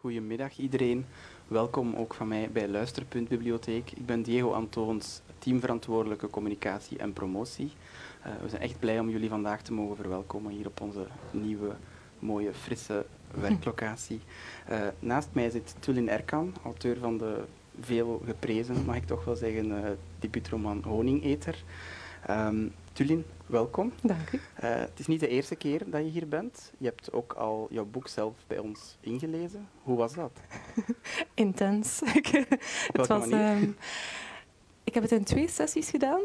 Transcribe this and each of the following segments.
Goedemiddag iedereen. Welkom ook van mij bij Luisterpunt Bibliotheek. Ik ben Diego Antoons, teamverantwoordelijke communicatie en promotie. We zijn echt blij om jullie vandaag te mogen verwelkomen hier op onze nieuwe, mooie, frisse werklocatie. Naast mij zit Tulin Erkan, auteur van de veel geprezen, mag ik toch wel zeggen, debuutroman Honingeter. Tulin, welkom. Dank u. Het is niet de eerste keer dat je hier bent. Je hebt ook al jouw boek zelf bij ons ingelezen. Hoe was dat? Intens. Op welke manier? Ik heb het in 2 sessies gedaan.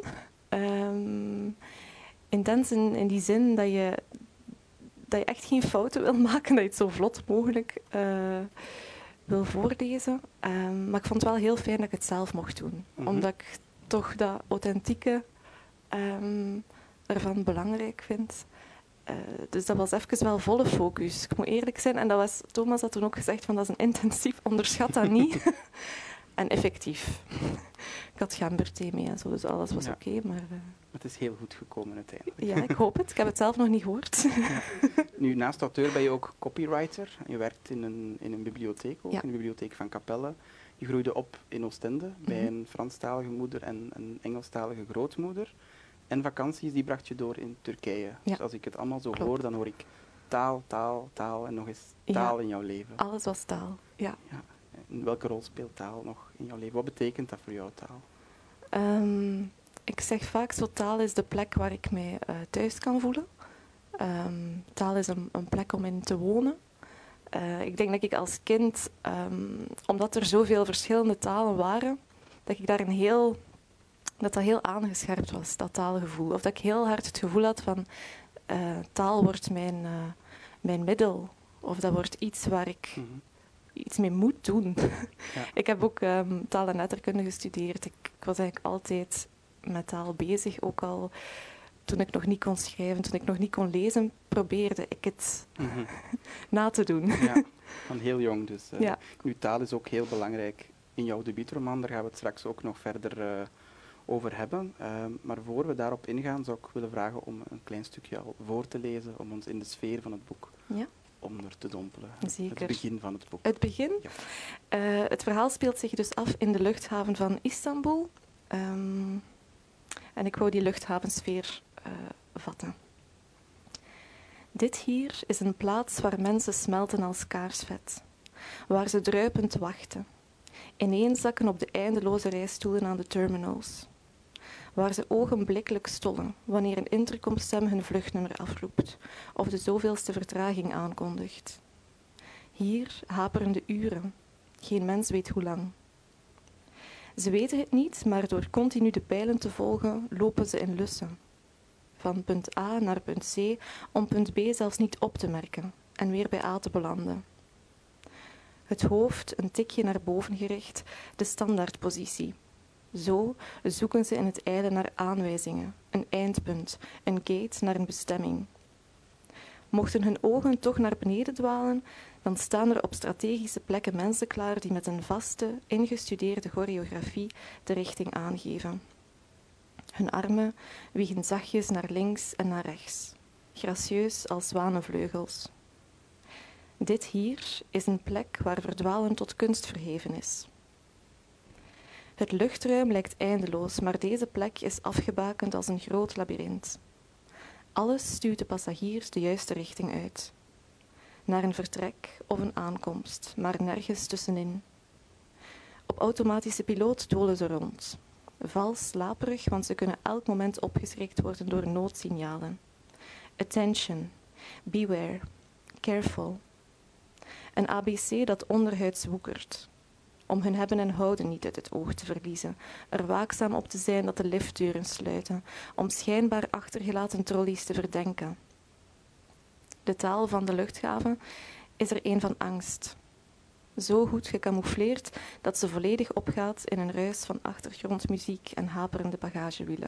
Intens in die zin dat je echt geen fouten wil maken, dat je het zo vlot mogelijk wil voorlezen. Maar ik vond het wel heel fijn dat ik het zelf mocht doen. Omdat ik toch dat authentieke ervan belangrijk vind. Dus dat was even wel volle focus. Ik moet eerlijk zijn. En Thomas had toen ook gezegd van dat is een intensief, onderschat dat niet. En effectief. Ik had gemberthee mee en zo, dus alles was oké, maar... Het is heel goed gekomen uiteindelijk. Ja, ik hoop het. Ik heb het zelf nog niet gehoord. Ja. Nu, naast auteur ben je ook copywriter. Je werkt in een bibliotheek ook, in de bibliotheek van Capelle. Je groeide op in Oostende bij een Franstalige moeder en een Engelstalige grootmoeder. En vakanties die bracht je door in Turkije. Ja. Dus als ik het allemaal zo hoor, dan hoor ik taal, taal, taal en nog eens taal in jouw leven. Alles was taal, ja. En welke rol speelt taal nog in jouw leven? Wat betekent dat voor jou, taal? Ik zeg vaak, zo taal is de plek waar ik mij thuis kan voelen. Taal is een plek om in te wonen. Ik denk dat ik als kind, omdat er zoveel verschillende talen waren, dat ik daar dat heel aangescherpt was, dat taalgevoel. Of dat ik heel hard het gevoel had van taal wordt mijn middel. Of dat wordt iets waar ik iets mee moet doen. Ja. Ik heb ook taal en letterkunde gestudeerd. Ik was eigenlijk altijd met taal bezig. Ook al toen ik nog niet kon schrijven, toen ik nog niet kon lezen, probeerde ik het na te doen. Ja, van heel jong dus. Nu, taal is ook heel belangrijk in jouw debuutroman. Daar gaan we het straks ook nog verder over hebben. Maar voor we daarop ingaan, zou ik willen vragen om een klein stukje al voor te lezen, om ons in de sfeer van het boek onder te dompelen. Zeker. Het begin van het boek. Het begin? Ja. Het verhaal speelt zich dus af in de luchthaven van Istanbul. En ik wou die luchthavensfeer vatten. Dit hier is een plaats waar mensen smelten als kaarsvet. Waar ze druipend wachten. Ineenzakken op de eindeloze rijstoelen aan de terminals. Waar ze ogenblikkelijk stollen wanneer een intercomstem hun vluchtnummer afroept of de zoveelste vertraging aankondigt. Hier haperen de uren. Geen mens weet hoe lang. Ze weten het niet, maar door continu de pijlen te volgen, lopen ze in lussen. Van punt A naar punt C, om punt B zelfs niet op te merken en weer bij A te belanden. Het hoofd een tikje naar boven gericht, de standaardpositie. Zo zoeken ze in het ijle naar aanwijzingen, een eindpunt, een gate naar een bestemming. Mochten hun ogen toch naar beneden dwalen, dan staan er op strategische plekken mensen klaar die met een vaste, ingestudeerde choreografie de richting aangeven. Hun armen wiegen zachtjes naar links en naar rechts, gracieus als zwanenvleugels. Dit hier is een plek waar verdwalen tot kunst verheven is. Het luchtruim lijkt eindeloos, maar deze plek is afgebakend als een groot labyrint. Alles stuwt de passagiers de juiste richting uit. Naar een vertrek of een aankomst, maar nergens tussenin. Op automatische piloot dolen ze rond. Vals slaperig, want ze kunnen elk moment opgeschrikt worden door noodsignalen. Attention, beware, careful. Een ABC dat onderhuids woekert. Om hun hebben en houden niet uit het oog te verliezen, er waakzaam op te zijn dat de liftdeuren sluiten, om schijnbaar achtergelaten trolleys te verdenken. De taal van de luchthaven is er een van angst. Zo goed gecamoufleerd dat ze volledig opgaat in een ruis van achtergrondmuziek en haperende bagagewielen.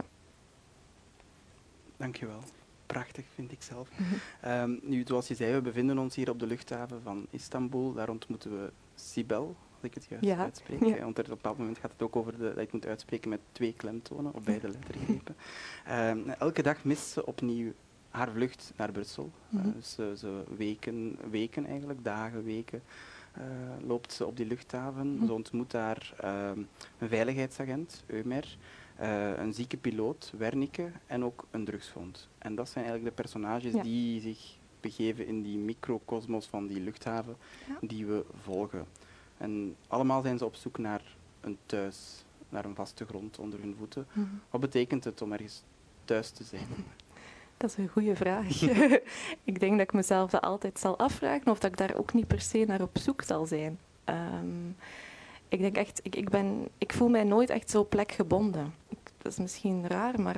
Dankjewel. Prachtig, vind ik zelf. Nu, zoals je zei, we bevinden ons hier op de luchthaven van Istanbul. Daar ontmoeten we Sibel, als ik het juist uitspreek. Ja. Want op een bepaald moment gaat het ook over dat je het moet uitspreken met 2 klemtonen op beide lettergrepen. Elke dag mist ze opnieuw haar vlucht naar Brussel. Dus ze weken eigenlijk, dagen, weken, loopt ze op die luchthaven. Ze ontmoet daar een veiligheidsagent, Eumer, een zieke piloot, Wernicke, en ook een drugsvond. En dat zijn eigenlijk de personages die zich begeven in die microcosmos van die luchthaven die we volgen. En allemaal zijn ze op zoek naar een thuis, naar een vaste grond onder hun voeten. Wat betekent het om ergens thuis te zijn? Dat is een goede vraag. Ik denk dat ik mezelf dat altijd zal afvragen of dat ik daar ook niet per se naar op zoek zal zijn. Ik denk echt, ik voel mij nooit echt zo plekgebonden. Dat is misschien raar, maar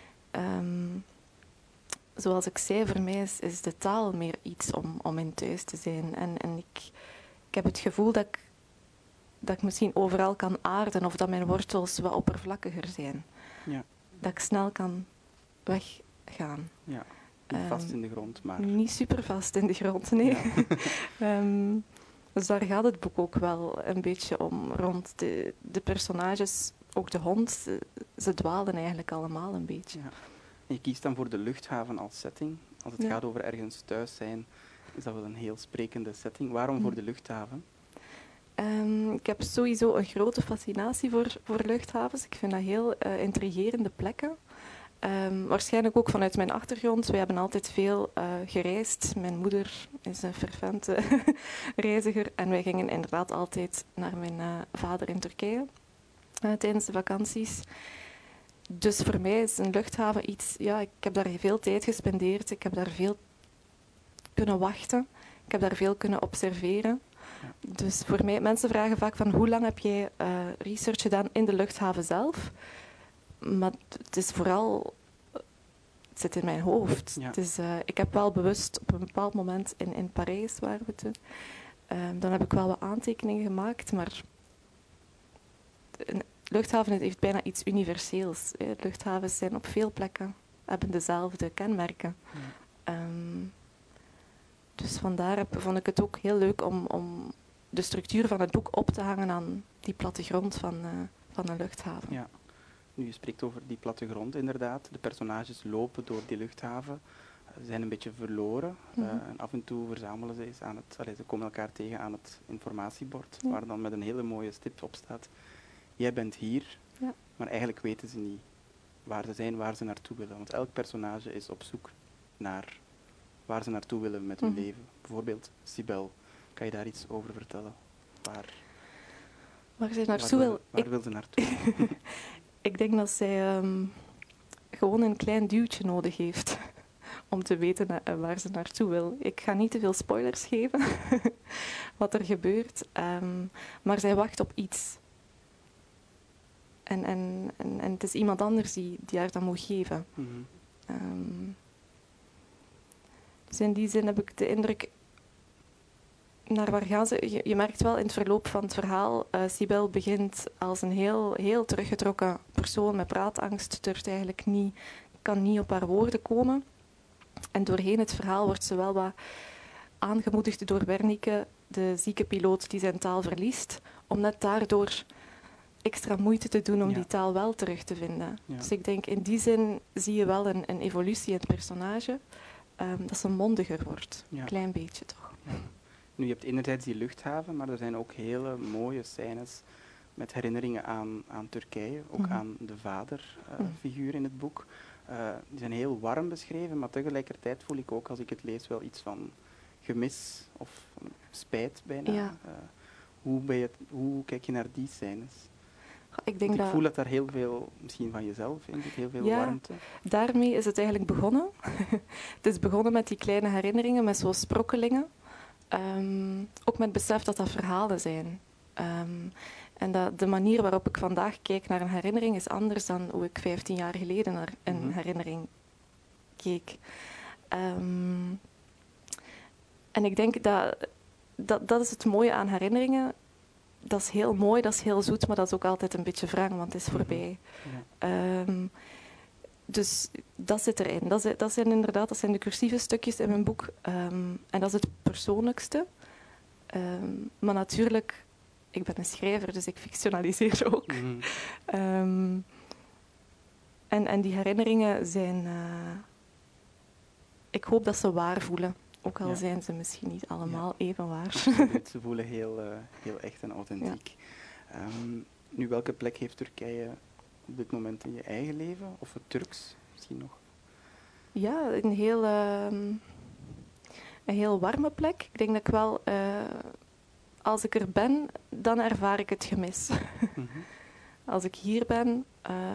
zoals ik zei, voor mij is de taal meer iets om in thuis te zijn. En ik heb het gevoel dat ik misschien overal kan aarden of dat mijn wortels wat oppervlakkiger zijn. Ja. Dat ik snel kan weggaan. Ja, niet vast in de grond, maar... Niet super vast in de grond, nee. Ja. Dus daar gaat het boek ook wel een beetje om, rond de personages, ook de hond. Ze dwalen eigenlijk allemaal een beetje. Ja. En je kiest dan voor de luchthaven als setting. Als het gaat over ergens thuis zijn, is dat wel een heel sprekende setting. Waarom voor de luchthaven? Ik heb sowieso een grote fascinatie voor luchthavens. Ik vind dat heel intrigerende plekken. Waarschijnlijk ook vanuit mijn achtergrond. We hebben altijd veel gereisd. Mijn moeder is een fervente reiziger. En wij gingen inderdaad altijd naar mijn vader in Turkije tijdens de vakanties. Dus voor mij is een luchthaven iets... Ja, ik heb daar veel tijd gespendeerd. Ik heb daar veel kunnen wachten. Ik heb daar veel kunnen observeren. Ja. Dus voor mij... Mensen vragen vaak van hoe lang heb jij research gedaan in de luchthaven zelf? Maar het is vooral... Het zit in mijn hoofd. Ja. Dus, ik heb wel bewust op een bepaald moment in Parijs waren we toen. Dan heb ik wel wat aantekeningen gemaakt, maar... Een luchthaven heeft bijna iets universeels. Luchthavens zijn op veel plekken, hebben dezelfde kenmerken. Ja. Dus vandaar vond ik het ook heel leuk om de structuur van het boek op te hangen aan die plattegrond van een luchthaven. Ja. Nu, je spreekt over die plattegrond, inderdaad. De personages lopen door die luchthaven. Ze zijn een beetje verloren. En af en toe verzamelen ze eens ze komen elkaar tegen aan het informatiebord, waar dan met een hele mooie stip op staat: jij bent hier, maar eigenlijk weten ze niet waar ze zijn, waar ze naartoe willen. Want elk personage is op zoek naar waar ze naartoe willen met hun leven. Bijvoorbeeld Sibel. Kan je daar iets over vertellen? Waar ze naartoe wil? Waar wil ze naartoe? Ik denk dat zij gewoon een klein duwtje nodig heeft om te weten waar ze naartoe wil. Ik ga niet te veel spoilers geven wat er gebeurt, maar zij wacht op iets. En het is iemand anders die haar dat moet geven. Dus in die zin heb ik de indruk... Naar waar gaan ze? Je merkt wel in het verloop van het verhaal... Sibel begint als een heel, heel teruggetrokken persoon met praatangst. Kan niet op haar woorden komen. En doorheen het verhaal wordt ze wel wat aangemoedigd door Wernicke, de zieke piloot die zijn taal verliest, om net daardoor extra moeite te doen om die taal wel terug te vinden. Ja. Dus ik denk, in die zin zie je wel een evolutie in het personage, dat ze mondiger wordt. Een klein beetje toch. Ja. Nu, je hebt enerzijds die luchthaven, maar er zijn ook hele mooie scènes met herinneringen aan Turkije, ook aan de vaderfiguur in het boek. Die zijn heel warm beschreven, maar tegelijkertijd voel ik ook, als ik het lees, wel iets van gemis of spijt bijna. Ja. Hoe kijk je naar die scènes? Ik voel dat daar heel veel, misschien van jezelf in zit, heel veel warmte. Daarmee is het eigenlijk begonnen. Het is begonnen met die kleine herinneringen, met zo'n sprokkelingen. Ook met het besef dat dat verhalen zijn. En dat de manier waarop ik vandaag kijk naar een herinnering is anders dan hoe ik 15 jaar geleden naar een herinnering keek. En ik denk dat is het mooie aan herinneringen. Dat is heel mooi, dat is heel zoet, maar dat is ook altijd een beetje wrang, want het is voorbij. Ja. Dus dat zit erin. Dat zijn de cursieve stukjes in mijn boek. En dat is het persoonlijkste. Maar natuurlijk, ik ben een schrijver, dus ik fictionaliseer ook. En die herinneringen zijn... ik hoop dat ze waar voelen. Ook al zijn ze misschien niet allemaal even waar. Absoluut, ze voelen heel echt en authentiek. Nu, welke plek heeft Turkije op dit moment in je eigen leven? Of het Turks misschien nog? Ja, een heel warme plek. Ik denk dat ik wel, als ik er ben, dan ervaar ik het gemis. Als ik hier ben,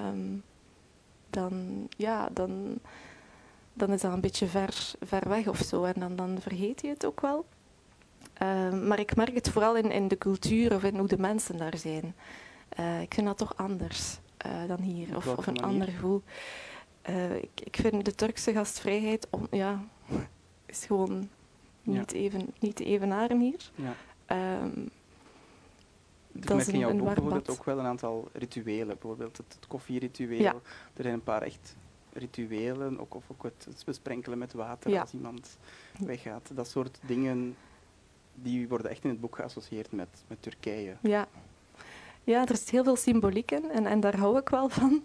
dan is dat een beetje ver weg of zo. En dan vergeet je het ook wel. Maar ik merk het vooral in de cultuur of in hoe de mensen daar zijn. Ik vind dat toch anders dan hier. Of een ander gevoel. Ik vind de Turkse gastvrijheid is gewoon niet te evenaren hier. Ja. Ik Dat merk is in jouw een boek warm bijvoorbeeld bad. ook wel een aantal rituelen. Bijvoorbeeld het koffieritueel. Ja. Er zijn een paar echt rituelen. Ook het besprenkelen met water als iemand weggaat. Dat soort dingen die worden echt in het boek geassocieerd met Turkije. Ja, er is heel veel symboliek in en daar hou ik wel van.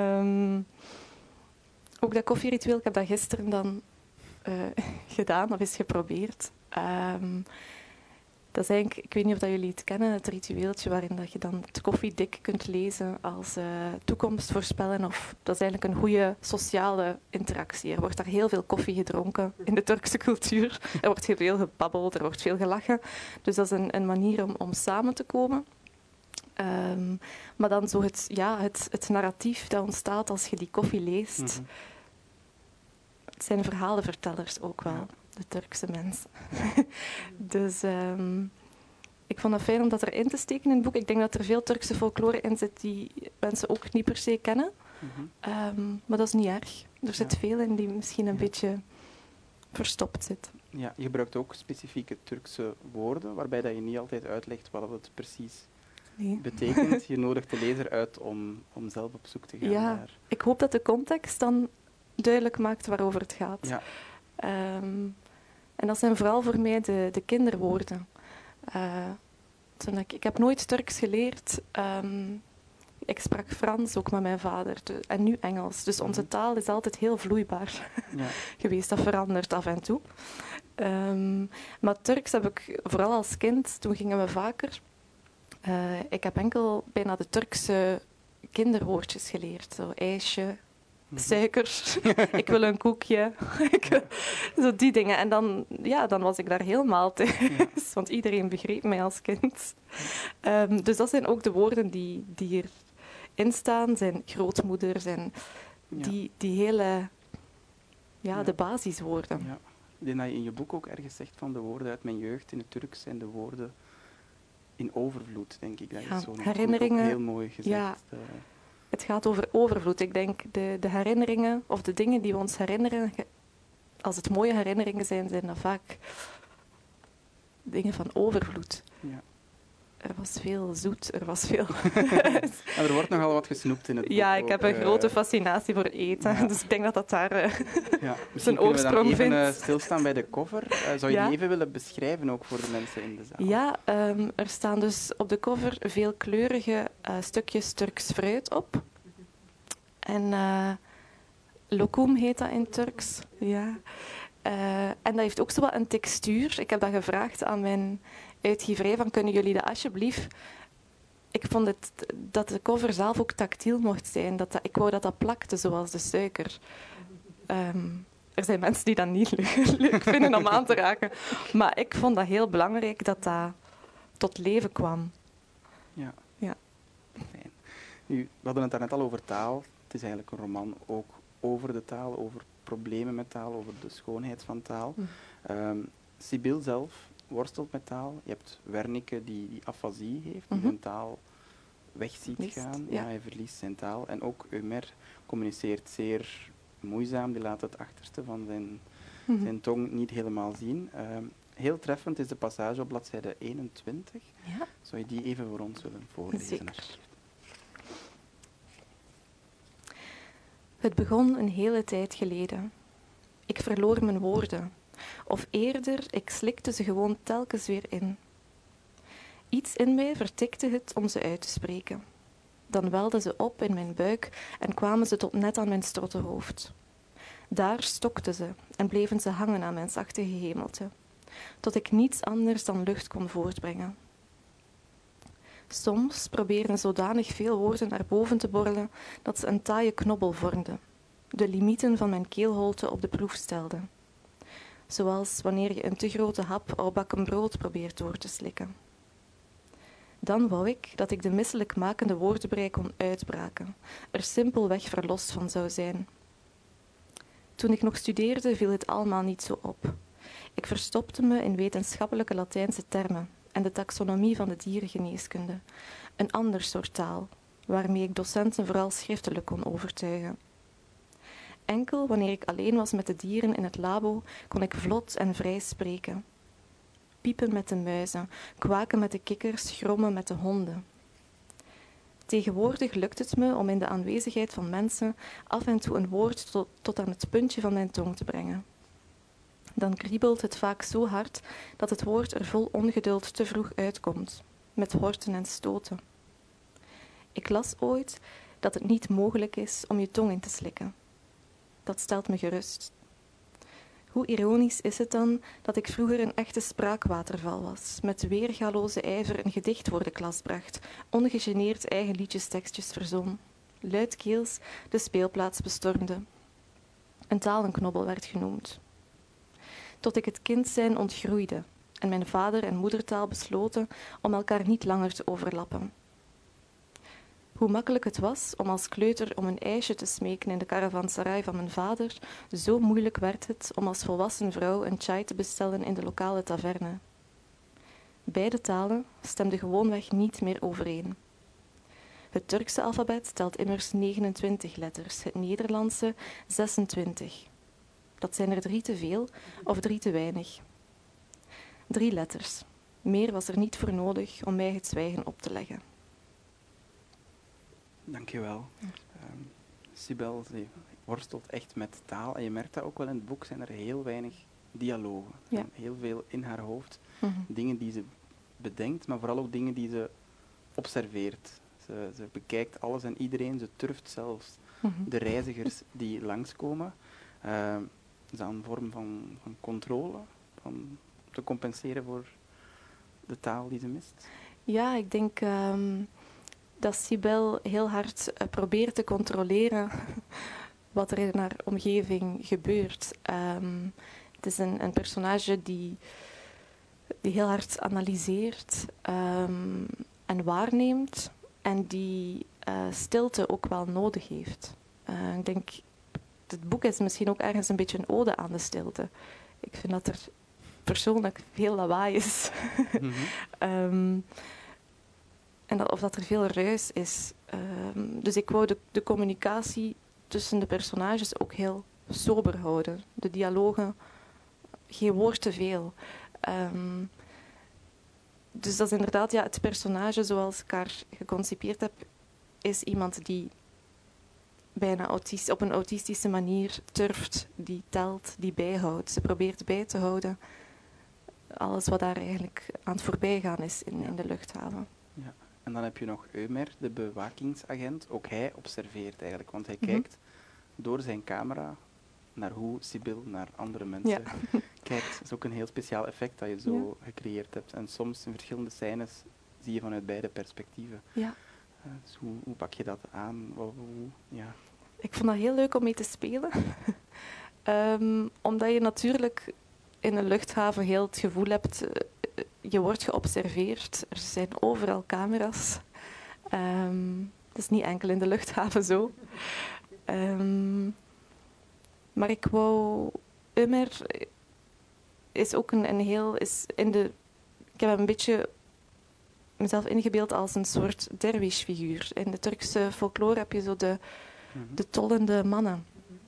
Ook dat koffieritueel, ik heb dat gisteren dan gedaan of eens geprobeerd. Dat is eigenlijk, ik weet niet of dat jullie het kennen, het ritueeltje waarin dat je dan het koffiedik kunt lezen als toekomst voorspellen. Of dat is eigenlijk een goede sociale interactie. Er wordt daar heel veel koffie gedronken in de Turkse cultuur. Er wordt heel veel gebabbeld, er wordt veel gelachen. Dus dat is een manier om samen te komen. Maar dan zo het narratief dat ontstaat als je die koffie leest. Het zijn verhalenvertellers ook wel. Ja. De Turkse mensen. Dus ik vond het fijn om dat erin te steken in het boek. Ik denk dat er veel Turkse folklore in zit die mensen ook niet per se kennen. Maar dat is niet erg. Er zit veel in die misschien een beetje verstopt zit. Ja, je gebruikt ook specifieke Turkse woorden, waarbij dat je niet altijd uitlegt wat het precies betekent. Je nodigt de lezer uit om zelf op zoek te gaan daar. Ik hoop dat de context dan duidelijk maakt waarover het gaat. Ja. En dat zijn vooral voor mij de kinderwoorden. Ik heb nooit Turks geleerd. Ik sprak Frans ook met mijn vader en nu Engels. Dus onze taal is altijd heel vloeibaar geweest. Dat verandert af en toe. Maar Turks heb ik vooral als kind, toen gingen we vaker. Ik heb enkel bijna de Turkse kinderwoordjes geleerd. Zo ijsje, suiker, ik wil een koekje. Zo die dingen. En dan was ik daar helemaal thuis. Want iedereen begreep mij als kind. Dus dat zijn ook de woorden die hierin staan. Zijn grootmoeder, zijn die hele... de basiswoorden. Ja. Ik denk dat je in je boek ook ergens zegt van de woorden uit mijn jeugd in het Turks zijn de woorden in overvloed, denk ik. Dat is zo herinneringen. Ook heel mooi gezegd. Ja. Het gaat over overvloed. Ik denk de herinneringen of de dingen die we ons herinneren, als het mooie herinneringen zijn dat vaak dingen van overvloed. Ja. Er was veel zoet, er was veel... En er wordt nogal wat gesnoept in het boek. Ja, ik heb een grote fascinatie voor eten, dus ik denk dat daar zijn oorsprong vindt. Misschien kunnen we dan even stilstaan bij de cover. Zou je die even willen beschrijven, ook voor de mensen in de zaal? Ja, er staan dus op de cover veelkleurige stukjes Turks fruit op. En lokum heet dat in Turks. Ja. En dat heeft ook zo wat een textuur. Ik heb dat gevraagd aan mijn uitgeverij, van kunnen jullie dat alsjeblieft... Ik vond dat de cover zelf ook tactiel mocht zijn. Ik wou dat plakte, zoals de suiker. Er zijn mensen die dat niet leuk vinden om aan te raken. Maar ik vond dat heel belangrijk dat dat tot leven kwam. Ja. Ja. Fijn. Nu, we hadden het daarnet al over taal. Het is eigenlijk een roman ook over de taal, over problemen met taal, over de schoonheid van taal. Sibyl zelf worstelt met taal. Je hebt Wernicke die afasie heeft, die zijn taal weg ziet gaan. Ja, hij verliest zijn taal. En ook Ömer communiceert zeer moeizaam. Die laat het achterste van zijn tong niet helemaal zien. Heel treffend is de passage op bladzijde 21. Ja. Zou je die even voor ons willen voorlezen? Zeker. Het begon een hele tijd geleden. Ik verloor mijn woorden. Of eerder, ik slikte ze gewoon telkens weer in. Iets in mij vertikte het om ze uit te spreken. Dan welden ze op in mijn buik en kwamen ze tot net aan mijn strottenhoofd. Daar stokten ze en bleven ze hangen aan mijn zachte gehemelte, tot ik niets anders dan lucht kon voortbrengen. Soms probeerden zodanig veel woorden naar boven te borrelen dat ze een taaie knobbel vormden, de limieten van mijn keelholte op de proef stelden. Zoals wanneer je een te grote hap al bakken brood probeert door te slikken. Dan wou ik dat ik de misselijkmakende woordenbrei kon uitbraken, er simpelweg verlost van zou zijn. Toen ik nog studeerde, viel het allemaal niet zo op. Ik verstopte me in wetenschappelijke Latijnse termen en de taxonomie van de dierengeneeskunde, een ander soort taal, waarmee ik docenten vooral schriftelijk kon overtuigen. Enkel wanneer ik alleen was met de dieren in het labo, kon ik vlot en vrij spreken. Piepen met de muizen, kwaken met de kikkers, grommen met de honden. Tegenwoordig lukt het me om in de aanwezigheid van mensen af en toe een woord tot aan het puntje van mijn tong te brengen. Dan kriebelt het vaak zo hard dat het woord er vol ongeduld te vroeg uitkomt, met horten en stoten. Ik las ooit dat het niet mogelijk is om je tong in te slikken. Dat stelt me gerust. Hoe ironisch is het dan dat ik vroeger een echte spraakwaterval was, met weergaloze ijver een gedicht voor de klas bracht, ongegeneerd eigen liedjestekstjes verzon, luidkeels de speelplaats bestormde. Een talenknobbel werd genoemd. Tot ik het kind zijn ontgroeide en mijn vader en moedertaal besloten om elkaar niet langer te overlappen. Hoe makkelijk het was om als kleuter om een ijsje te smeken in de caravanserai van mijn vader, zo moeilijk werd het om als volwassen vrouw een chai te bestellen in de lokale taverne. Beide talen stemden gewoonweg niet meer overeen. Het Turkse alfabet telt immers 29 letters, het Nederlandse 26. Dat zijn er 3 te veel of 3 te weinig. 3 letters. Meer was er niet voor nodig om mij het zwijgen op te leggen. Dankjewel. Sibel, ze worstelt echt met taal. En je merkt dat ook wel in het boek, zijn er heel weinig dialogen. Er zijn heel veel in haar hoofd. Dingen die ze bedenkt, maar vooral ook dingen die ze observeert. Ze bekijkt alles en iedereen. Ze turft zelfs de reizigers die langskomen. Dat is een vorm van controle, van te compenseren voor de taal die ze mist. Ja, ik denk dat Sibel heel hard probeert te controleren wat er in haar omgeving gebeurt. Het is een personage die heel hard analyseert en waarneemt en die stilte ook wel nodig heeft. Ik denk, het boek is misschien ook ergens een beetje een ode aan de stilte. Ik vind dat er persoonlijk veel lawaai is. En of dat er veel ruis is. Dus ik wou de communicatie tussen de personages ook heel sober houden. De dialogen, geen woord te veel. Dus dat is inderdaad, ja, het personage zoals ik haar geconcipeerd heb, is iemand die bijna op een autistische manier turft, die telt, die bijhoudt. Ze probeert bij te houden alles wat daar eigenlijk aan het voorbijgaan is in de luchthaven. Ja. En dan heb je nog Ömer, de bewakingsagent. Ook hij observeert eigenlijk, want hij kijkt door zijn camera naar hoe Sibel naar andere mensen kijkt. Dat is ook een heel speciaal effect dat je zo gecreëerd hebt. En soms in verschillende scènes zie je vanuit beide perspectieven. Ja. Dus hoe pak je dat aan? Ik vond dat heel leuk om mee te spelen. Omdat je natuurlijk in een luchthaven heel het gevoel hebt, je wordt geobserveerd. Er zijn overal camera's. Dat is niet enkel in de luchthaven zo. Maar ik wou... Ömer is ook een heel... Ik heb hem een beetje mezelf ingebeeld als een soort derwish-figuur. In de Turkse folklore heb je zo de tollende mannen.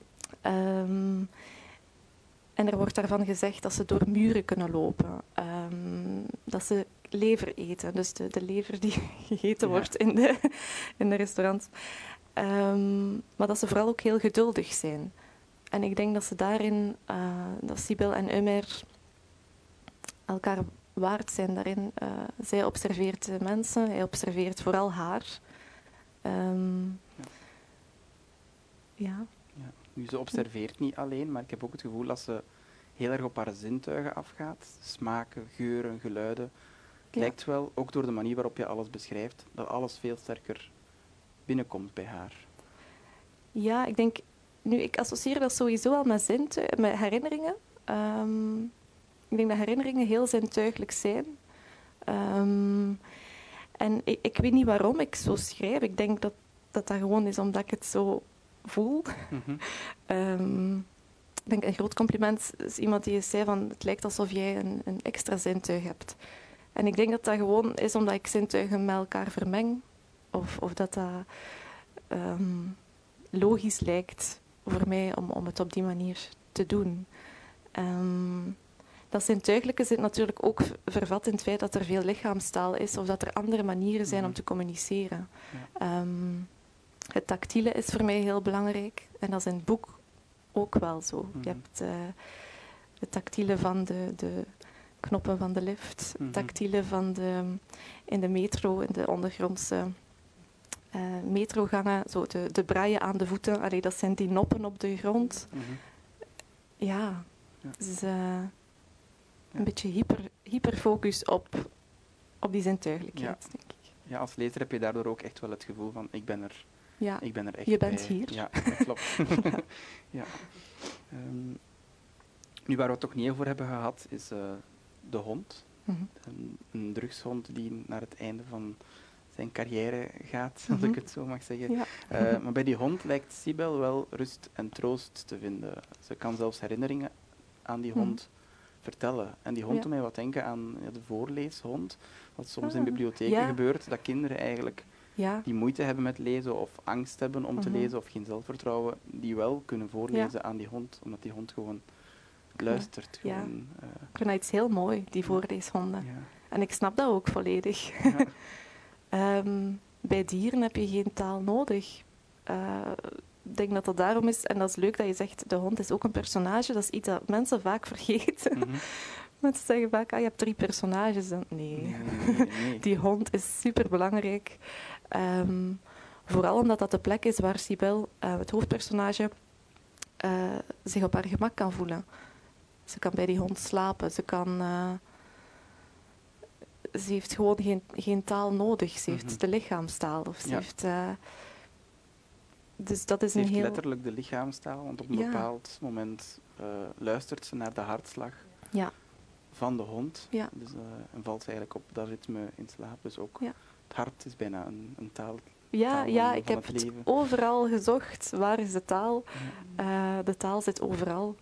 En er wordt daarvan gezegd dat ze door muren kunnen lopen. Dat ze lever eten. Dus de lever die gegeten wordt in de restaurants. Maar dat ze vooral ook heel geduldig zijn. En ik denk dat ze daarin, dat Sibel en Ömer elkaar waard zijn daarin. Zij observeert de mensen, hij observeert vooral haar. Ja. Nu, ze observeert niet alleen, maar ik heb ook het gevoel dat ze heel erg op haar zintuigen afgaat. Smaken, geuren, geluiden. Het lijkt wel, ook door de manier waarop je alles beschrijft, dat alles veel sterker binnenkomt bij haar. Ja, ik denk... Nu, ik associeer dat sowieso al met met herinneringen. Ik denk dat herinneringen heel zintuigelijk zijn. En ik weet niet waarom ik zo schrijf. Ik denk dat gewoon is omdat ik het zo voel. Ik denk een groot compliment is iemand die zei van het lijkt alsof jij een extra zintuig hebt. En ik denk dat dat gewoon is omdat ik zintuigen met elkaar vermeng. Of dat logisch lijkt voor mij om het op die manier te doen. Dat zintuigelijke zit natuurlijk ook vervat in het feit dat er veel lichaamstaal is of dat er andere manieren zijn om te communiceren. Ja. Het tactiele is voor mij heel belangrijk en dat is in het boek ook wel zo. Je hebt het tactiele van de knoppen van de lift, het tactiele van in de metro, in de ondergrondse metrogangen, zo de braaien aan de voeten. Allee, dat zijn die noppen op de grond. Ja, dus, een beetje hyperfocus op die zintuigelijkheid, denk ik. Ja, als lezer heb je daardoor ook echt wel het gevoel van ik ben er echt je bent bij. hier. Ja, dat klopt. Ja. Nu, waar we het toch niet over hebben gehad, is de hond. Een drugshond die naar het einde van zijn carrière gaat, als ik het zo mag zeggen. Ja. Maar bij die hond lijkt Sibel wel rust en troost te vinden. Ze kan zelfs herinneringen aan die hond vertellen. En die hond doet mij wat denken aan de voorleeshond. Wat soms in bibliotheken gebeurt, dat kinderen eigenlijk die moeite hebben met lezen of angst hebben om te lezen of geen zelfvertrouwen, die wel kunnen voorlezen aan die hond, omdat die hond gewoon luistert. Ja. Gewoon, ik vind dat iets heel mooi, die voorleeshonden. Ja. En ik snap dat ook volledig. Ja. Bij dieren heb je geen taal nodig. Ik denk dat dat daarom is, en dat is leuk dat je zegt, de hond is ook een personage. Dat is iets dat mensen vaak vergeten. Mensen zeggen vaak, je hebt 3 personages. Nee. Die hond is superbelangrijk. Vooral omdat dat de plek is waar Sibel, het hoofdpersonage, zich op haar gemak kan voelen. Ze kan bij die hond slapen. Ze heeft gewoon geen taal nodig. Ze heeft de lichaamstaal. Of ze heeft... Dus dat is ze heeft letterlijk de lichaamstaal, want op een bepaald moment luistert ze naar de hartslag van de hond. Ja. Dus, en valt ze eigenlijk op dat ritme in slaap. Dus ook het hart is bijna een taal. Ik heb het overal gezocht. Waar is de taal? De taal zit overal.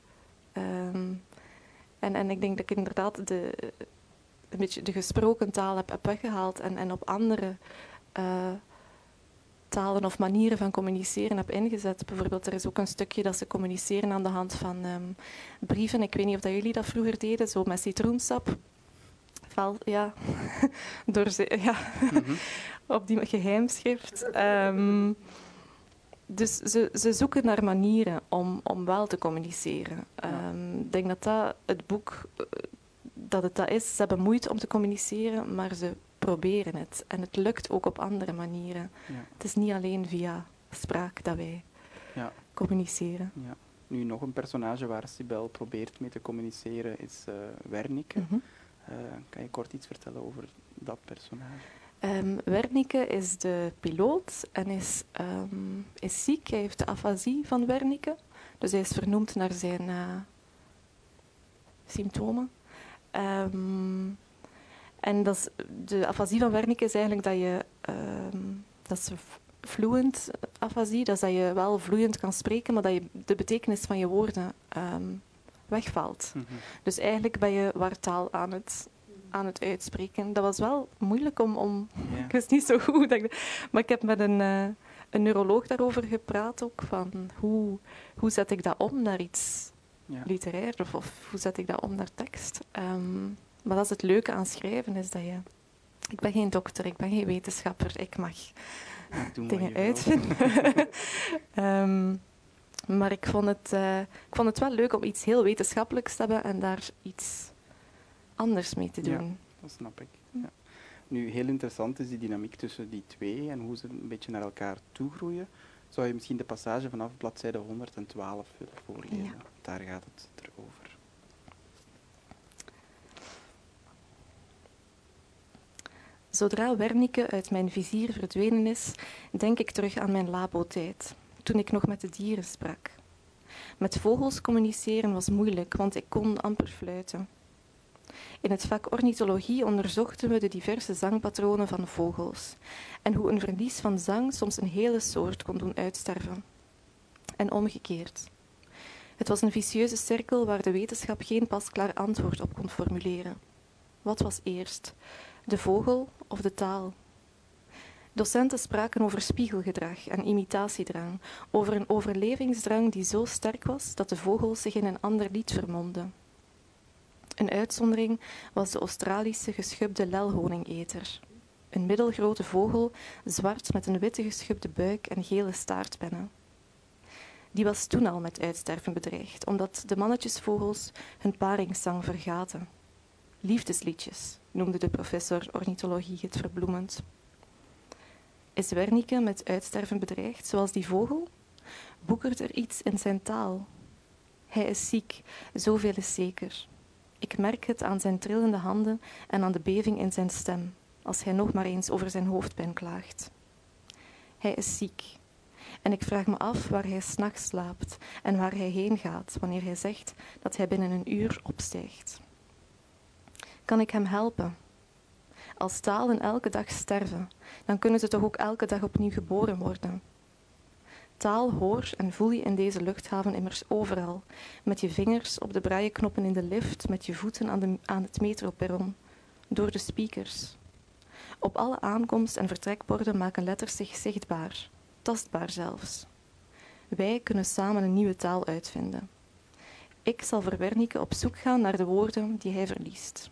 En ik denk dat ik inderdaad een beetje de gesproken taal heb weggehaald en op andere talen of manieren van communiceren heb ingezet. Bijvoorbeeld, er is ook een stukje dat ze communiceren aan de hand van brieven. Ik weet niet of dat jullie dat vroeger deden, zo met citroensap. Op die geheimschrift. Dus ze zoeken naar manieren om wel te communiceren. Ik denk dat het boek, dat het dat is. Ze hebben moeite om te communiceren, maar ze proberen het. En het lukt ook op andere manieren. Ja. Het is niet alleen via spraak dat wij communiceren. Ja. Nu, nog een personage waar Sibel probeert mee te communiceren is Wernike. Kan je kort iets vertellen over dat personage? Wernike is de piloot en is ziek. Hij heeft de afasie van Wernike. Dus hij is vernoemd naar zijn symptomen. En de afasie van Wernike is eigenlijk dat is fluent afasie. Dat is dat je wel vloeiend kan spreken, maar dat je de betekenis van je woorden wegvalt. Dus eigenlijk ben je wartaal aan het uitspreken. Dat was wel moeilijk om ik wist niet zo goed. Maar ik heb met een neuroloog daarover gepraat ook, van hoe zet ik dat om naar iets literair, of hoe zet ik dat om naar tekst. Maar dat is het leuke aan schrijven, is dat ik ben geen dokter, ik ben geen wetenschapper, ik mag dingen uitvinden. Maar ik vond het wel leuk om iets heel wetenschappelijks te hebben en daar iets anders mee te doen. Ja, dat snap ik. Ja. Nu, heel interessant is die dynamiek tussen die twee en hoe ze een beetje naar elkaar toe groeien. Zou je misschien de passage vanaf bladzijde 112 willen voorlezen? Ja. Daar gaat het erover. Zodra Wernicke uit mijn vizier verdwenen is, denk ik terug aan mijn labo-tijd, toen ik nog met de dieren sprak. Met vogels communiceren was moeilijk, want ik kon amper fluiten. In het vak ornithologie onderzochten we de diverse zangpatronen van vogels en hoe een verlies van zang soms een hele soort kon doen uitsterven. En omgekeerd. Het was een vicieuze cirkel waar de wetenschap geen pasklaar antwoord op kon formuleren. Wat was eerst, de vogel of de taal? Docenten spraken over spiegelgedrag en imitatiedrang, over een overlevingsdrang die zo sterk was dat de vogels zich in een ander lied vermomden. Een uitzondering was de Australische geschubde lelhoningeter. Een middelgrote vogel, zwart met een witte geschubde buik en gele staartpennen. Die was toen al met uitsterven bedreigd, omdat de mannetjesvogels hun paringszang vergaten. Liefdesliedjes, noemde de professor ornithologie het verbloemend. Is Wernicke met uitsterven bedreigd, zoals die vogel? Woekert er iets in zijn taal? Hij is ziek, zoveel is zeker. Ik merk het aan zijn trillende handen en aan de beving in zijn stem, als hij nog maar eens over zijn hoofdpijn klaagt. Hij is ziek. En ik vraag me af waar hij 's nachts slaapt en waar hij heen gaat wanneer hij zegt dat hij binnen een uur opstijgt. Kan ik hem helpen? Als talen elke dag sterven, dan kunnen ze toch ook elke dag opnieuw geboren worden. Taal hoor en voel je in deze luchthaven immers overal, met je vingers op de braaienknoppen in de lift, met je voeten aan het metroperron, door de speakers. Op alle aankomst- en vertrekborden maken letters zich zichtbaar, tastbaar zelfs. Wij kunnen samen een nieuwe taal uitvinden. Ik zal voor Wernicke op zoek gaan naar de woorden die hij verliest.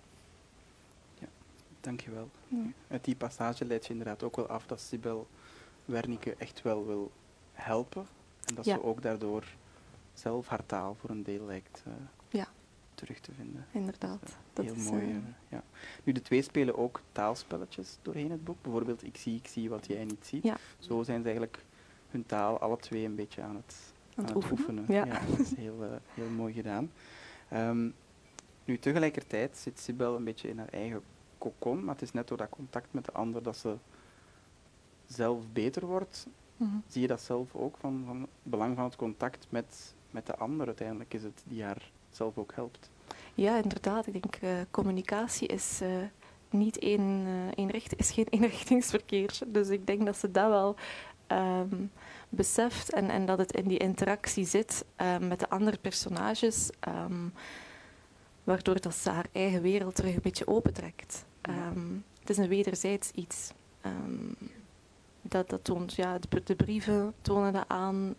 Dankjewel. Ja. Uit die passage leidt je inderdaad ook wel af dat Sibel Wernicke echt wel wil helpen. En dat ze ook daardoor zelf haar taal voor een deel lijkt terug te vinden. Inderdaad. Dus, heel mooi. Ja. Nu, de twee spelen ook taalspelletjes doorheen het boek. Bijvoorbeeld ik zie wat jij niet ziet. Ja. Zo zijn ze eigenlijk hun taal alle twee een beetje aan het oefenen. Ja. Dat is heel mooi gedaan. Nu, tegelijkertijd zit Sibel een beetje in haar eigen cocon, maar het is net door dat contact met de ander dat ze zelf beter wordt. Zie je dat zelf ook, van het belang van het contact met de ander uiteindelijk is het die haar zelf ook helpt? Ja, inderdaad. Ik denk communicatie is niet is geen eenrichtingsverkeer. Dus ik denk dat ze dat wel beseft en dat het in die interactie zit met de andere personages, waardoor dat ze haar eigen wereld terug een beetje opentrekt. Het is een wederzijds iets. Dat toont, de brieven tonen dat aan.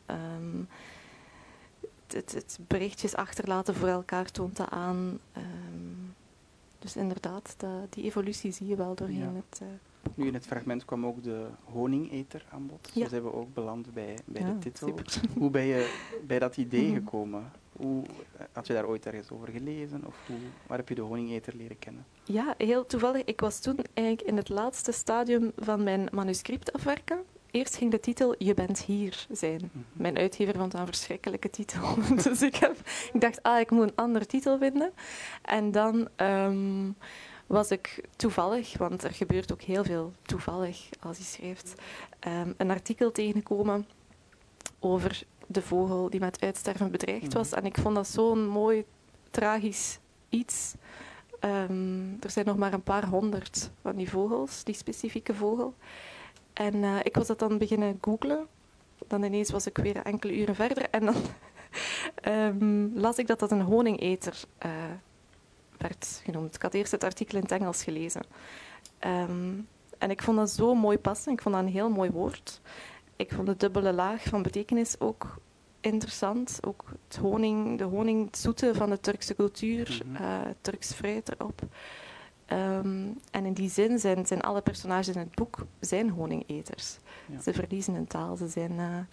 Het berichtjes achterlaten voor elkaar toont dat aan. Dus inderdaad, die evolutie zie je wel doorheen het boek. Nu, in het fragment kwam ook de honingeter aan bod. Zo zijn we ook beland bij de titel. Super. Hoe ben je bij dat idee gekomen? Had je daar ooit ergens over gelezen? Of waar heb je de honingeter leren kennen? Ja, heel toevallig. Ik was toen eigenlijk in het laatste stadium van mijn manuscript afwerken. Eerst ging de titel Je bent hier zijn. Mijn uitgever vond dat een verschrikkelijke titel. Dus ik dacht, ik moet een andere titel vinden. En dan was ik toevallig, want er gebeurt ook heel veel toevallig als je schrijft, een artikel tegengekomen over de vogel die met uitsterven bedreigd was. En ik vond dat zo'n mooi, tragisch iets. Er zijn nog maar een paar honderd van die vogels, die specifieke vogel. En ik was dat dan beginnen googlen. Dan ineens was ik weer enkele uren verder. En dan las ik dat een honingeter werd genoemd. Ik had eerst het artikel in het Engels gelezen. En ik vond dat zo mooi passen. Ik vond dat een heel mooi woord. Ik vond de dubbele laag van betekenis ook interessant. Ook de honing, het zoete van de Turkse cultuur. Turks fruit erop. En in die zin zijn alle personages in het boek honingeters. Ja. Ze verliezen hun taal. Ze zijn,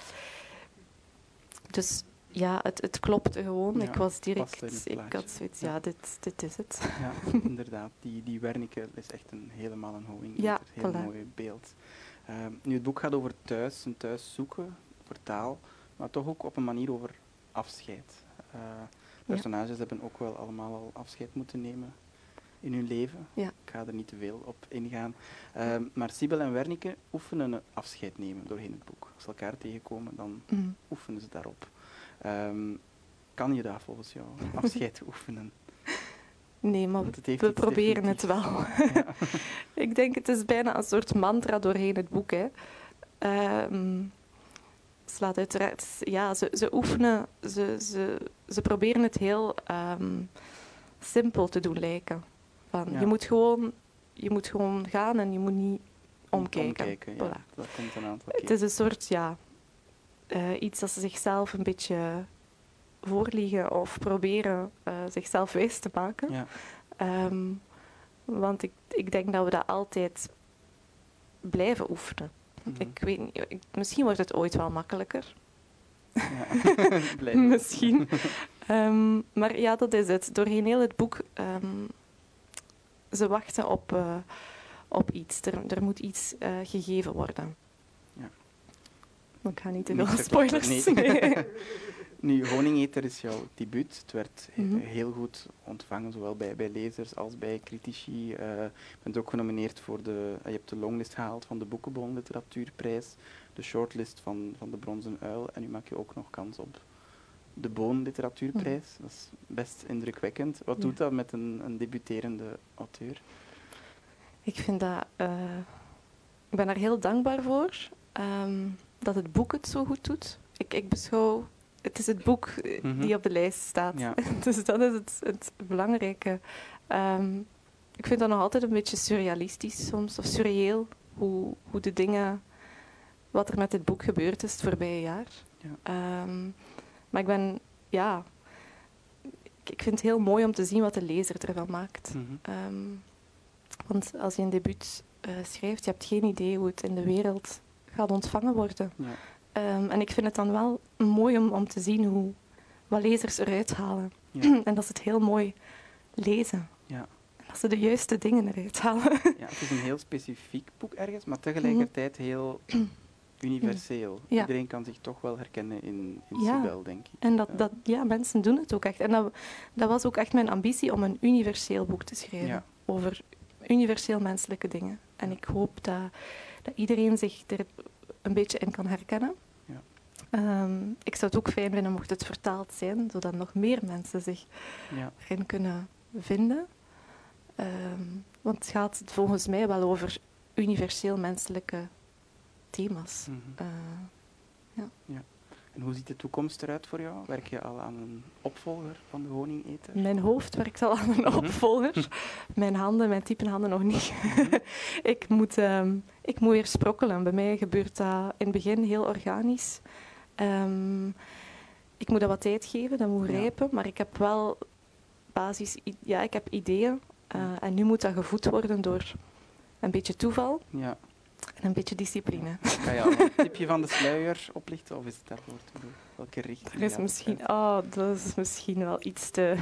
dus ja, het klopte gewoon. Ja, ik was direct... Ik had zoiets, dit is het. Ja, inderdaad. Die Wernicke is echt helemaal een honingeter. Heel mooi beeld. Nu, het boek gaat over thuis, een thuis zoeken, over taal, maar toch ook op een manier over afscheid. Personages hebben ook wel allemaal al afscheid moeten nemen in hun leven. Ja. Ik ga er niet te veel op ingaan. Maar Sibyl en Wernike oefenen een afscheid nemen doorheen het boek. Als ze elkaar tegenkomen, dan oefenen ze daarop. Kan je dat volgens jou, afscheid oefenen? Nee, maar we proberen het wel. Ja. Ik denk, het is bijna een soort mantra doorheen het boek. Hè. Slaat uiteraard, ja, ze oefenen, ze proberen het heel simpel te doen lijken. Van, je moet gewoon gaan en je moet niet omkijken. Ja, voilà. Dat komt een aantal keer. Het is een soort, iets dat ze zichzelf een beetje voorliegen of proberen zichzelf wijs te maken. Ja. Want ik denk dat we dat altijd blijven oefenen. Ik weet niet, misschien wordt het ooit wel makkelijker. Ja. Misschien. Maar ja, dat is het. Doorheen heel het boek, ze wachten op iets. Er moet iets gegeven worden. Ja. Ik ga niet te veel spoilers. Nee. Nu, Honingeter is jouw debuut. Het werd heel goed ontvangen, zowel bij lezers als bij critici. Je bent ook genomineerd voor je hebt de longlist gehaald van de Boekenbon Literatuurprijs, de shortlist van de Bronzen Uil, en nu maak je ook nog kans op de Boon Literatuurprijs. Dat is best indrukwekkend. Wat doet dat met een debuterende auteur? Ik vind dat... ik ben er heel dankbaar voor dat het boek het zo goed doet. Ik beschouw... Het is het boek die op de lijst staat. Ja. Dus dat is het belangrijke. Ik vind dat nog altijd een beetje surrealistisch soms, of surreëel, hoe de dingen, wat er met dit boek gebeurd is het voorbije jaar. Ja. Maar ik vind het heel mooi om te zien wat de lezer ervan maakt. Want als je een debuut schrijft, je hebt geen idee hoe het in de wereld gaat ontvangen worden. Ja. En ik vind het dan wel mooi om te zien wat lezers eruit halen. Ja. En dat ze het heel mooi lezen. Ja. En dat ze de juiste dingen eruit halen. Ja, het is een heel specifiek boek ergens, maar tegelijkertijd heel universeel. Ja. Iedereen kan zich toch wel herkennen in Sibyl, denk ik. En mensen doen het ook echt. En dat was ook echt mijn ambitie om een universeel boek te schrijven. Over universeel menselijke dingen. En ik hoop dat iedereen zich er een beetje in kan herkennen. Ja. Ik zou het ook fijn vinden mocht het vertaald zijn, zodat nog meer mensen zich erin kunnen vinden. Want het gaat volgens mij wel over universeel menselijke thema's. Ja. En hoe ziet de toekomst eruit voor jou? Werk je al aan een opvolger van de Honingeter? Mijn hoofd werkt al aan een opvolger. Mijn typenhanden nog niet. Ik moet weer sprokkelen. Bij mij gebeurt dat in het begin heel organisch. Ik moet dat wat tijd geven, dat moet rijpen. Maar ik heb wel ik heb ideeën. En nu moet dat gevoed worden door een beetje toeval. Ja. En een beetje discipline. Kan je al een tipje van de sluier oplichten, of is het daarvoor te doen? Welke richting? Dat is misschien wel iets te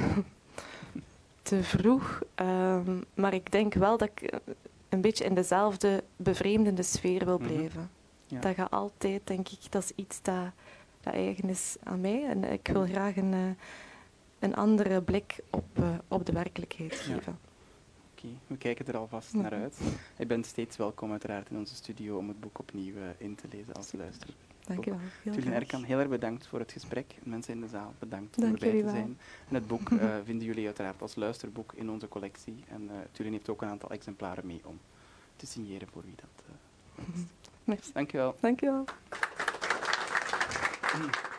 vroeg. Maar ik denk wel dat ik een beetje in dezelfde bevreemdende sfeer wil blijven. Ja. Dat gaat altijd, denk ik, dat is iets dat eigen is aan mij. En ik wil graag een andere blik op de werkelijkheid geven. Okay, we kijken er alvast naar uit. Je bent steeds welkom uiteraard in onze studio om het boek opnieuw in te lezen als luisteraar. Dank je wel. Tulien Erkan, heel erg bedankt voor het gesprek. Mensen in de zaal, bedankt om erbij te zijn. En het boek vinden jullie uiteraard als luisterboek in onze collectie. En Tulien heeft ook een aantal exemplaren mee om te signeren voor wie dat wenst. Merci. Dank je wel. Dank je wel.